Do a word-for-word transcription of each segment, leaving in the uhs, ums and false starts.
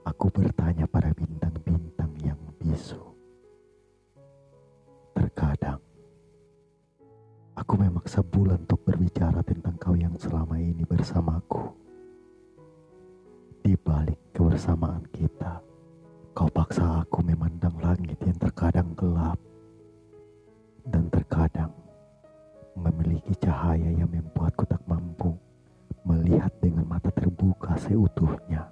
Aku bertanya pada bintang-bintang yang bisu. Terkadang, aku memaksa bulan untuk berbicara tentang kau yang selama ini bersamaku. Di balik kebersamaan kita, kau paksa aku memandang langit yang terkadang gelap dan terkadang memiliki cahaya yang membuatku tak mampu melihat dengan mata terbuka seutuhnya.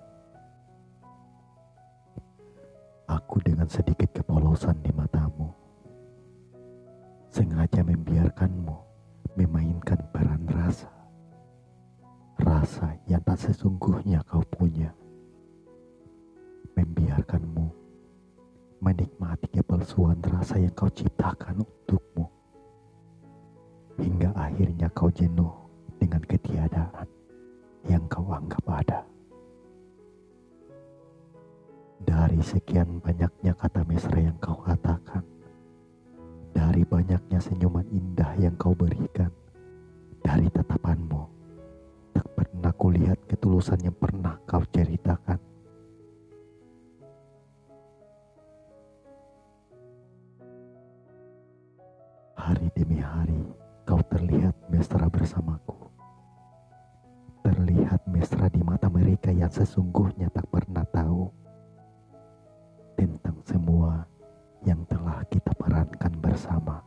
Aku dengan sedikit kepolosan di matamu, sengaja membiarkanmu memainkan peran rasa. Rasa yang tak sesungguhnya kau punya. Membiarkanmu menikmati kepalsuan rasa yang kau ciptakan untukmu. Hingga akhirnya kau jenuh dengan ketiadaan yang kau anggap ada. Dari sekian banyaknya kata mesra yang kau katakan, dari banyaknya senyuman indah yang kau berikan, dari tatapanmu, tak pernah kulihat ketulusan yang pernah kau ceritakan. Hari demi hari, kau terlihat mesra bersamaku. Terlihat mesra di mata mereka yang sesungguhnya tak pernah tahu tentang semua yang telah kita perankan bersama.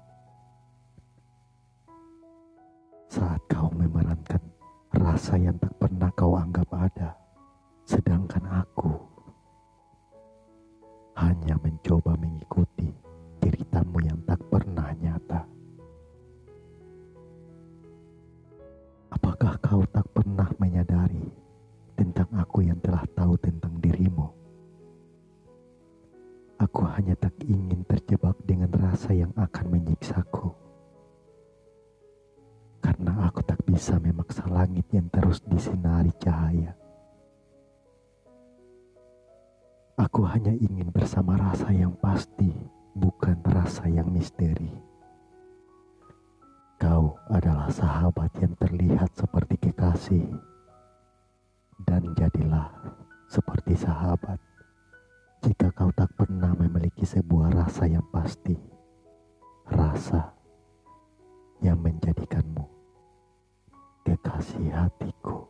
Saat kau memerankan rasa yang tak pernah kau anggap ada, sedangkan aku hanya mencoba mengikuti ceritamu yang tak pernah nyata. Apakah kau tak pernah menyadari tentang aku yang telah tahu tentang dirimu? Aku hanya tak ingin terjebak dengan rasa yang akan menyiksaku. Karena aku tak bisa memaksa langit yang terus disinari cahaya. Aku hanya ingin bersama rasa yang pasti, bukan rasa yang misteri. Kau adalah sahabat yang terlihat seperti kekasih, dan jadilah seperti sahabat jika kau tak pernah memiliki sebuah rasa yang pasti, rasa yang menjadikanmu kekasih hatiku.